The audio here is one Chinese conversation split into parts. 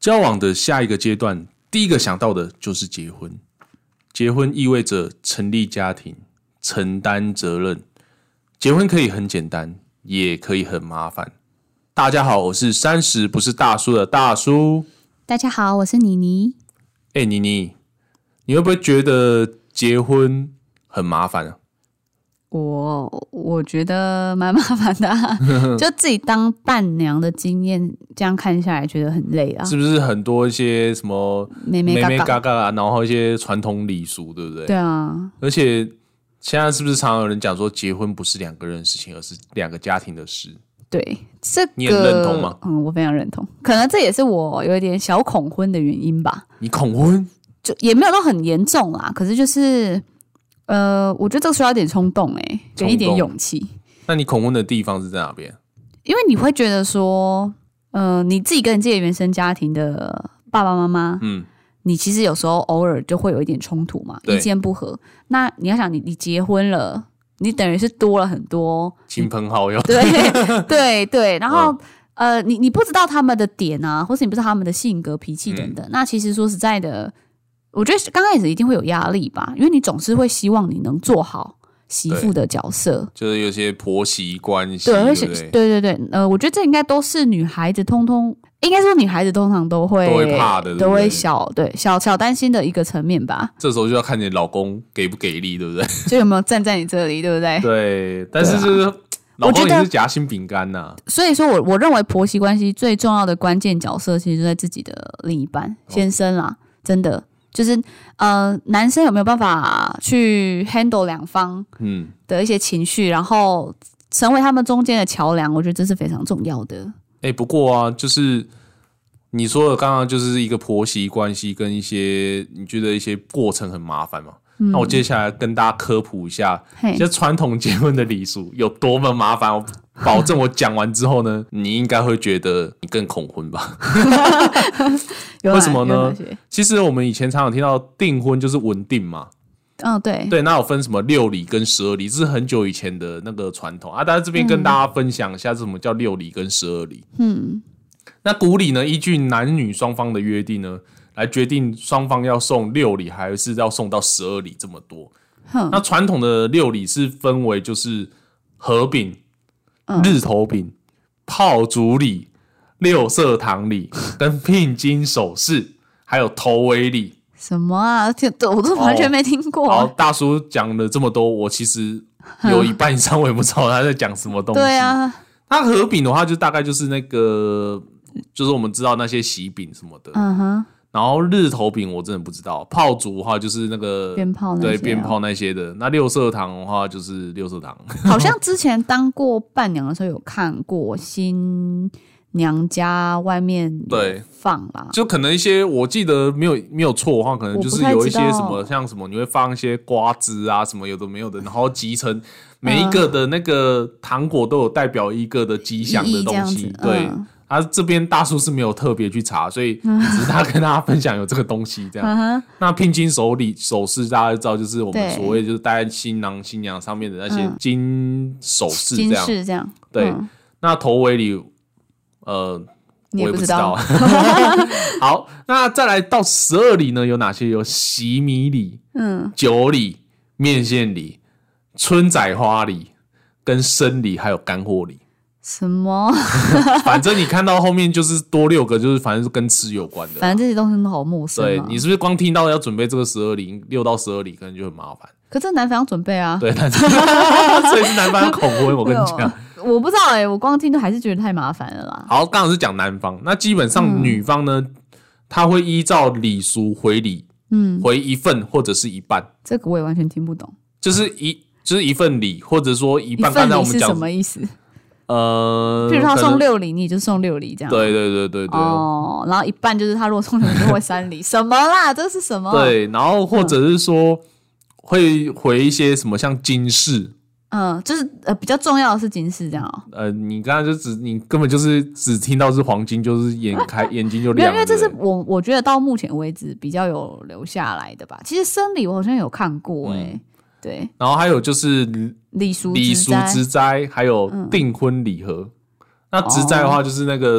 交往的下一个阶段，第一个想到的就是结婚。结婚意味着成立家庭，承担责任。结婚可以很简单，也可以很麻烦。大家好，我是30不是大叔的大叔。 大家好，我是妮妮。 妮妮，你会不会觉得结婚很麻烦啊？ 我觉得蛮麻烦的啊，就自己当伴娘的经验，这样看下来觉得很累啊。 是不是很多一些什么妹妹嘎嘎，然后一些传统礼俗，对不对？ 对啊。 而且现在是不是常常有人讲说，结婚不是2个人的事情，而是2个家庭的事？ 对，这个你很认同吗？ 我非常认同。可能这也是我有一点小恐婚的原因吧。 你恐婚？ 就也没有到很严重啦，可是就是我觉得这个需要一点冲动跟一点勇气。 那你恐婚的地方是在哪边？ 因为你会觉得说，你自己跟你自己的原生家庭的爸爸妈妈，你其实有时候偶尔就会有一点冲突嘛，意见不合。那你要想你结婚了，你等于是多了很多亲朋好友， 对，然后你不知道他们的点啊，或是你不知道他们的性格、脾气等等。那其实说实在的，我觉得刚开始一定会有压力吧，因为你总是会希望你能做好媳妇的角色， 就是有些婆媳关系， 对对， 我觉得这应该都是女孩子应该说女孩子通常都会怕的， 都会小担心的一个层面吧。 这时候就要看你老公给不给力，对不对？ 就有没有站在你这里，对不对？ 对，但是就是老公也是夹心饼干呐。 所以说我认为婆媳关系最重要的关键角色，其实就在自己的另一半先生啦，真的。就是男生有没有办法去 handle 两方的一些情绪，然后成为他们中间的桥梁，我觉得这是非常重要的。 不过啊，就是你说的刚刚就是一个婆媳关系跟一些你觉得一些过程很麻烦嘛。那我接下来跟大家科普一下，一些传统结婚的礼俗有多么麻烦。我保证我讲完之后呢，你应该会觉得你更恐婚吧？为什么呢？其实我们以前常常听到订婚就是稳定嘛。 对， 那有分什么6礼跟12礼，这是很久以前的那个传统啊。但是这边跟大家分享一下，什么叫6礼跟12礼。那古礼呢，依据男女双方的约定呢，来决定双方要送6礼还是要送到12礼这么多。那传统的6礼是分为就是合饼、日头饼、炮竹礼、六色糖礼跟聘金首饰，还有头尾礼。 什么啊？我都完全没听过。 好，大叔讲了这么多，我其实有一半以上我也不知道他在讲什么东西。 对啊， 那合饼的话，就大概就是那个，就是我们知道那些喜饼什么的。然后日头饼我真的不知道，炮竹的话就是那个鞭炮那些， 对，鞭炮那些的。那六色糖的话就是六色糖。 好像之前当过伴娘的时候有看过新娘家外面对放啦， 就可能一些我记得没有错的话，可能就是有一些什么像什么你会放一些瓜子啊什么有的没有的，然后集成每一个的那个糖果都有代表一个的吉祥的东西，对。这边大叔是没有特别去查，所以只是他跟大家分享有这个东西这样。那聘金首饰大家就知道，就是我们所谓就是戴在新郎新娘上面的那些金首饰这样。 金饰这样。 对，那头尾礼我也不知道。好，那再来到12礼呢，有哪些？有洗米礼、酒礼、面线礼、春仔花礼、跟生礼，还有干货礼。 什么？ 反正你看到后面就是多6个，就是反正是跟吃有关的。 反正这些东西都好陌生。 对，你是不是光听到要准备这个12礼，6到12礼，可能就很麻烦？ 可是男方要准备啊。 对，所以是男方要恐婚。我跟你讲， 我不知道我光听都还是觉得太麻烦了啦。 好，刚好是讲男方，那基本上女方呢，她会依照礼俗回礼，回一份或者是一半。 这个我也完全听不懂。 就是一份礼，或者说一半。 刚才我们讲什么意思？譬如他送6礼，你就送6礼这样。 对。 然后一半就是他如果送6礼就会3礼，什么啦？这是什么？ 对，然后或者是说会回一些什么像金饰。 就是比较重要的是金饰这样你刚才你根本就是只听到是黄金，就是眼睛就亮了。 因为这是我觉得到目前为止比较有留下来的吧。其实生礼我好像有看过对。 然后还有就是礼俗植栽，还有订婚礼盒。那植栽的话就是那个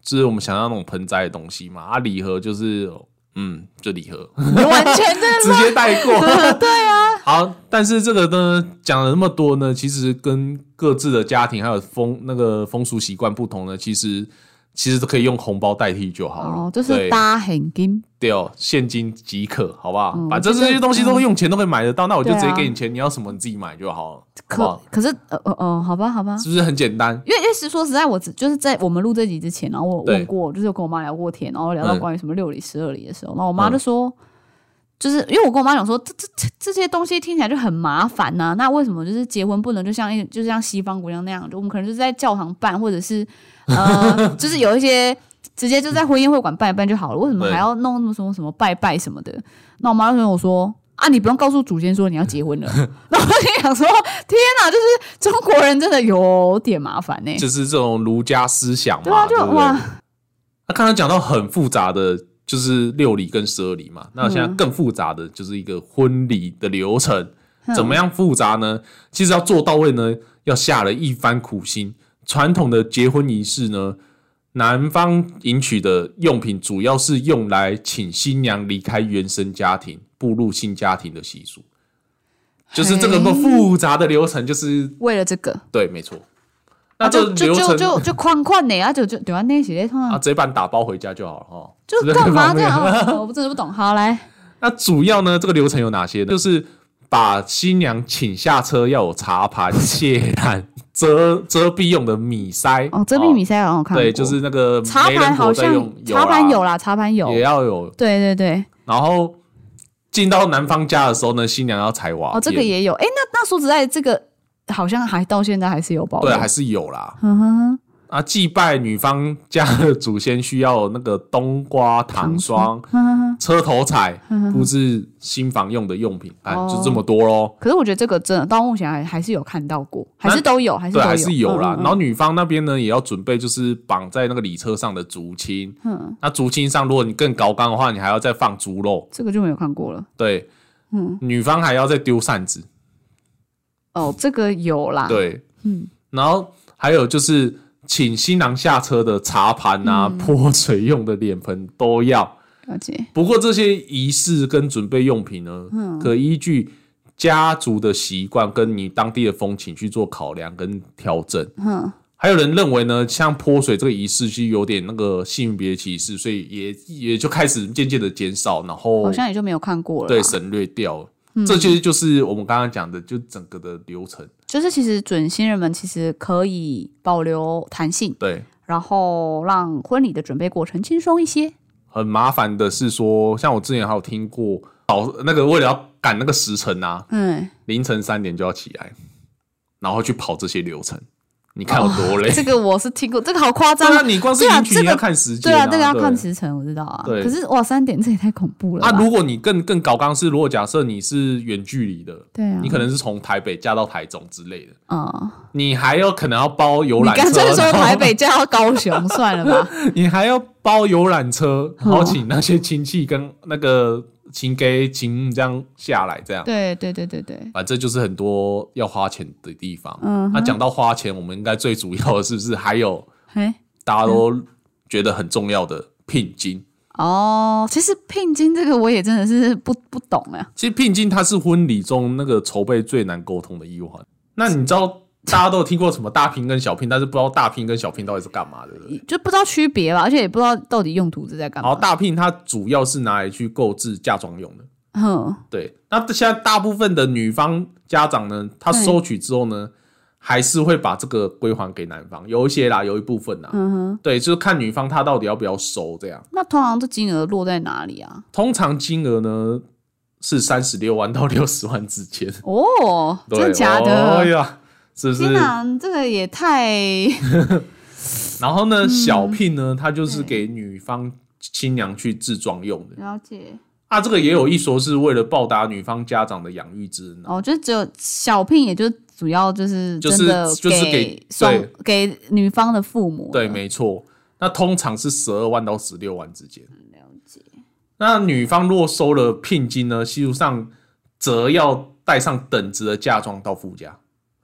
就是我们想要那种盆栽的东西嘛。啊，礼盒就是就礼盒， 完全的直接带过。 对啊。 好，但是这个呢，讲了那么多呢，其实跟各自的家庭还有风俗习惯不同呢，其实都可以用红包代替就好了。 就是搭现金， 对哦，现金即可，好不好？反正这些东西都用钱都可以买得到，那我就直接给你钱，你要什么你自己买就好了。 可是好吧， 是不是很简单？ 因为是说实在，我就是在我们录这集之前，然后我问过，就是有跟我妈聊过天，然后聊到关于什么6礼12礼的时候，然后我妈就说。就是因为我跟我妈讲说，这些东西听起来就很麻烦呐、那为什么就是结婚不能就像西方国家那样，就我们可能就是在教堂办，或者是就是有一些直接就在婚宴会馆办一办就好了，为什么还要弄那么什么拜拜什么的？那我妈就跟我说啊，你不用告诉祖先说你要结婚了。然后我就想说，天哪，就是中国人真的有点麻烦呢、 就是这种儒家思想嘛， 对啊，就对不对？ 哇， 那刚才讲到很复杂的。就是6礼跟12礼嘛，那现在更复杂的就是一个婚礼的流程，怎么样复杂呢？其实要做到位呢，要下了一番苦心。传统的结婚仪式呢，男方迎娶的用品主要是用来请新娘离开原生家庭，步入新家庭的习俗，就是这个复杂的流程，就是为了这个， 对，没错。那这流程就宽呢啊，就安那些通啊，直接把你打包回家就好了哈。 就干嘛这样？我真的不懂。好，来， 那主要呢，这个流程有哪些呢？就是把新娘请下车，要有茶盘、卸染、遮蔽用的米筛。 遮蔽米筛好像我看过。 对，就是那个茶盘好像茶盘有啦，茶盘有也要有。 对对对。 然后进到男方家的时候呢，新娘要踩瓦片。 这个也有。那说实在，这个。好像到现在还是有保留， 对，还是有啦。啊，祭拜女方家的祖先需要那个冬瓜、糖霜、车头彩，布置新房用的用品，就这么多咯。 可是我觉得这个真的到目前还是有看到过，还是都有， 对，还是有啦。然后女方那边呢，也要准备就是绑在那个礼车上的竹青。那竹青上，如果你更高纲的话，你还要再放猪肉。 这个就没有看过了。 对，女方还要再丢扇子。 这个有啦。 对，然后还有就是请新郎下车的茶盘啊、泼水用的脸盆都要。 了解。 不过这些仪式跟准备用品呢，可依据家族的习惯跟你当地的风情去做考量跟调整。还有人认为呢，像泼水这个仪式是有点那个性别歧视，所以也就开始渐渐的减少，然后好像也就没有看过了。 对，省略掉了。这其实就是我们刚刚讲的，就整个的流程。 就是其实准新人们其实可以保留弹性， 对， 然后让婚礼的准备过程轻松一些。 很麻烦的是说，像我之前还有听过，那个为了要赶那个时辰啊，凌晨3点就要起来，然后去跑这些流程。你看有多累？ 这个我是听过，这个好夸张。 对啊，你光是迎娶你要看时间。 对啊，这个要看时辰，我知道啊。对。可是哇，3点这也太恐怖了吧。 如果你更搞纲是，如果假设你是远距离的， 对啊， 你可能是从台北嫁到台中之类的，你还有可能要包游览车。 你干脆说台北嫁到高雄算了吧。 你还要包游览车，然后请那些亲戚跟那个请给请这样下来，这样对， 反正就是很多要花钱的地方。那讲到花钱，我们应该最主要的是不是还有大家都觉得很重要的聘金？ 其实聘金这个我也真的是不懂啊。 其实聘金它是婚礼中那个筹备最难沟通的一环。那你知道大家都有听过什么大聘跟小聘，但是不知道大聘跟小聘到底是干嘛的，对不对？ 就不知道区别吧，而且也不知道到底用途是在干嘛。 然后大聘它主要是拿来去购置嫁妆用的。对。那现在大部分的女方家长呢，他收取之后呢，还是会把这个归还给男方，有一些啦，有一部分啦。对，就是看女方她到底要不要收这样。 那通常这金额落在哪里啊？ 通常金额呢是36万到60万之间。 真的假的？ 哎呀，是不是？ 天哪，这个也太…… 然后呢，小聘呢，它就是给女方新娘去置装用的。 了解。 这个也有一说是为了报答女方家长的养育之恩。 就只有小聘，也就主要就是真的给女方的父母。 对，没错。那通常是12万到16万之间。 了解。 那女方若收了聘金呢，习俗上则要带上等值的嫁妆到夫家。 可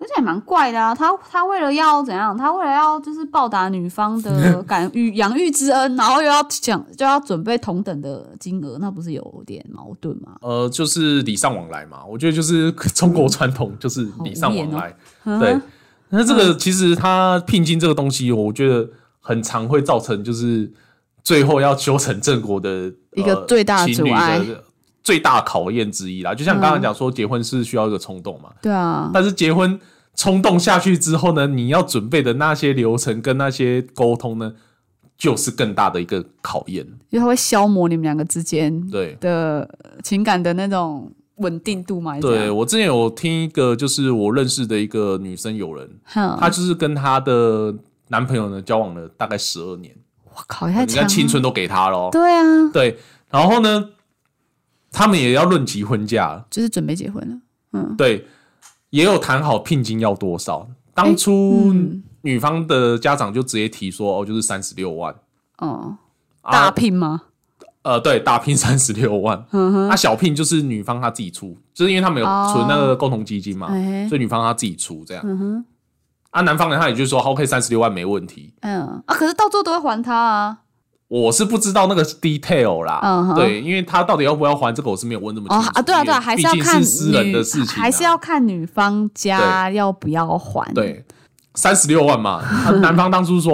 起来蛮怪的啊。他为了要怎样？他为了要就是报答女方的养育之恩，然后又要准备同等的金额，那不是有点矛盾吗？ 就是礼尚往来嘛。我觉得就是中国传统就是礼尚往来，对。那这个其实他聘金这个东西，我觉得很常会造成就是最后要修成正果的一个最大的阻碍。 最大考验之一啦，就像刚刚讲说，结婚是需要一个冲动嘛， 对啊。 但是结婚冲动下去之后呢，你要准备的那些流程跟那些沟通呢，就是更大的一个考验， 因为它会消磨你们两个之间对的情感的那种稳定度嘛。 对，我之前有听一个，就是我认识的一个女生友人，她就是跟她的男朋友呢交往了大概12年， 我靠，太长了， 你看青春都给她了， 对啊， 对，然后呢？他们也要论及婚嫁了， 就是准备结婚了。 对，也有谈好聘金要多少。当初女方的家长就直接提说，就是36万。 大聘吗？ 对，大聘36万。小聘就是女方她自己出，就是因为他们有存那个共同基金嘛，所以女方她自己出这样。男方人他也就说 OK 36万没问题。 可是到最后都会还他啊。 我是不知道那个 detail 啦，对，因为他到底要不要还这个我是没有问那么清楚。 对啊，还是要看私人的事情， 还是要看女方家要不要还。 对，36万嘛，他男方当初说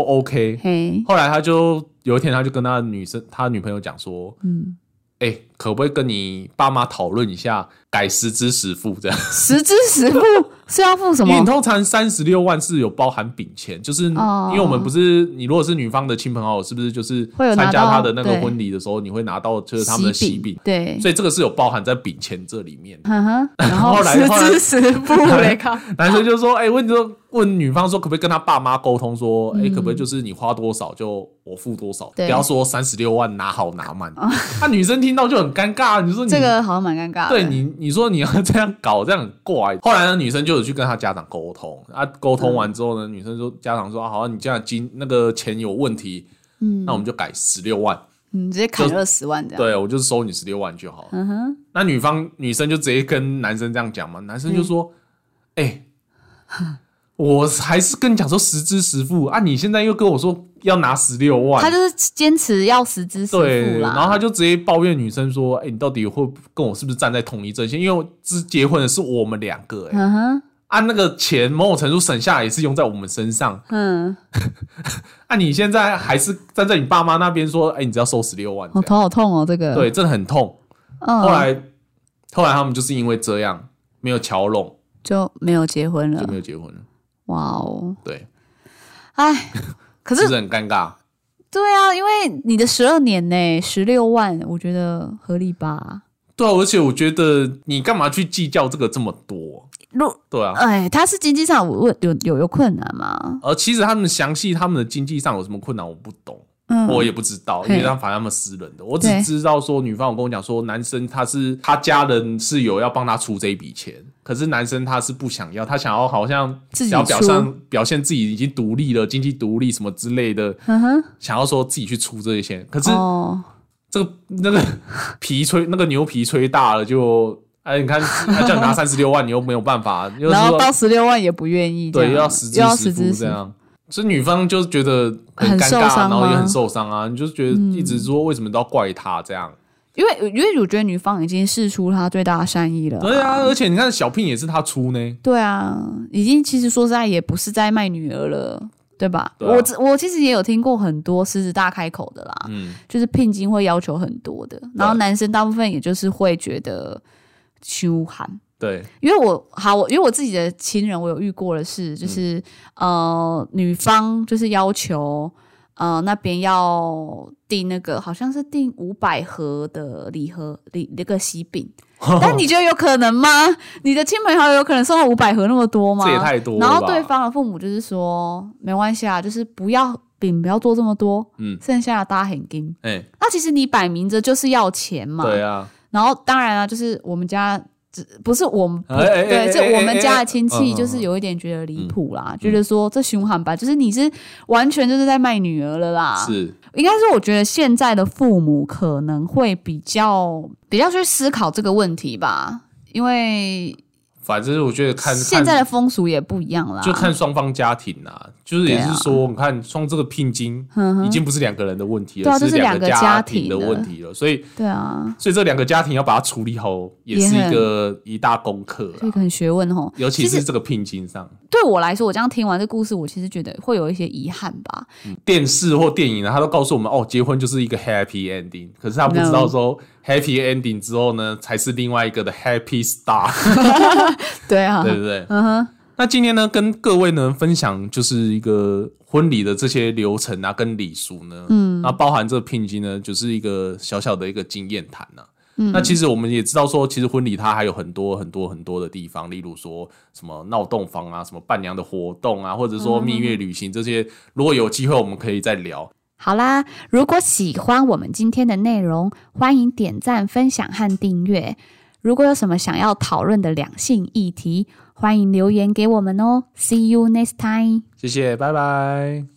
OK， 后来他就有一天他就跟他女朋友讲说，可不可以跟你爸妈讨论一下改实支实付这样？ 实支实付是要付什么？ 因为你通常36万是有包含饼钱，就是因为我们不是你如果是女方的亲朋好友，是不是就是参加他的那个婚礼的时候，你会拿到就是他们的喜饼？ 对， 所以这个是有包含在饼钱这里面。 然后实支实付嘞，靠！ 男生就说：“问女方说，可不可以跟他爸妈沟通说，可不可以就是你花多少就我付多少，不要说36万拿好拿满。”那女生听到就很尴尬，你说这个好像蛮尴尬的。 对你说你要这样搞，这样很怪。后来呢，女生就有去跟他家长沟通，沟通完之后呢，女生说家长说好，你这样那个钱有问题，那我们就改16万， 直接砍20万这样。 对，我就是收你16万就好了。那女生就直接跟男生这样讲嘛，男生就说，我还是跟你讲说实支实付啊，你现在又跟我说要拿16万， 他就是坚持要实支实付啦。 对，然后他就直接抱怨女生说：“你到底会跟我是不是站在同一阵线？因为结婚的是我们两个，那个钱某种程度省下来也是用在我们身上，你现在还是站在你爸妈那边说，你只要收16万， 我头好痛哦，这个对，真的很痛。后来他们就是因为这样没有桥拢， 就没有结婚了， 哇哦，对， 可是很尴尬。 对啊，因为你的12年呢，16万，我觉得合理吧？ 对啊，而且我觉得你干嘛去计较这个这么多？对啊， 他是经济上有困难吗？ 其实他们的经济上有什么困难，我不懂。我也不知道，因为反正他们私人的，我只知道说女方有跟我讲说，男生他家人是有要帮他出这一笔钱，可是男生他是不想要，他想要好像想要表现自己已经独立了，经济独立什么之类的，想要说自己去出这些钱，可是那个牛皮吹大了就。你看，他叫你拿36万，你又没有办法， 然后到16万也不愿意， 对，又要实支实付这样，所以女方就觉得很尴尬，然后也很受伤啊。你就觉得一直说为什么都要怪他这样？ 因为我觉得女方已经释出她最大的善意了。 对啊，而且你看小聘也是他出呢。 对啊，已经其实说实在也不是在卖女儿了。对吧？ 对啊， 我其实也有听过很多狮子大开口的啦，就是聘金会要求很多的，然后男生大部分也就是会觉得羞寒。 对， 因为我自己的亲人，我有遇过的是，就是女方就是要求那边要订那个好像是订500盒的礼盒那个喜饼。但你觉得有可能吗？你的亲朋好友有可能送到500盒那么多吗？ 这也太多了吧。 然后对方的父母就是说没关系啊，就是不要饼不要做这么多，剩下的大家很金。那其实你摆明着就是要钱嘛。 对啊。 然后当然啊，就是我们家不是我们对，是我们家的亲戚，就是有一点觉得离谱啦，觉得说这凶悍吧，就是你是完全就是在卖女儿了啦。 是， 应该是我觉得现在的父母可能会比较去思考这个问题吧，因为反正我觉得看现在的风俗也不一样啦， 就看双方家庭啦，就是也是说，你看双这个聘金已经不是2个人的问题了， 是 2个家庭的问题了，所以对啊， 所以这2个家庭要把它处理好，也是一大功课， 是一个很学问吼， 尤其是这个聘金上。 对我来说，我这样听完这故事，我其实觉得会有一些遗憾吧。 电视或电影呢，他都告诉我们结婚就是一个 happy ending， 可是他不知道说 happy ending 之后呢，才是另外一个的 happy star。 对啊， 对不对？那今天呢，跟各位呢分享就是一个婚礼的这些流程啊，跟礼俗呢，那包含这个聘金呢，就是一个小小的一个经验谈啊。那其实我们也知道说，其实婚礼它还有很多很多很多的地方，例如说什么闹洞房啊，什么伴娘的活动啊，或者说蜜月旅行这些，如果有机会我们可以再聊。 好啦，如果喜欢我们今天的内容，欢迎点赞、分享和订阅。如果有什么想要讨论的两性议题，欢迎留言给我们哦。See you next time。 谢谢，拜拜。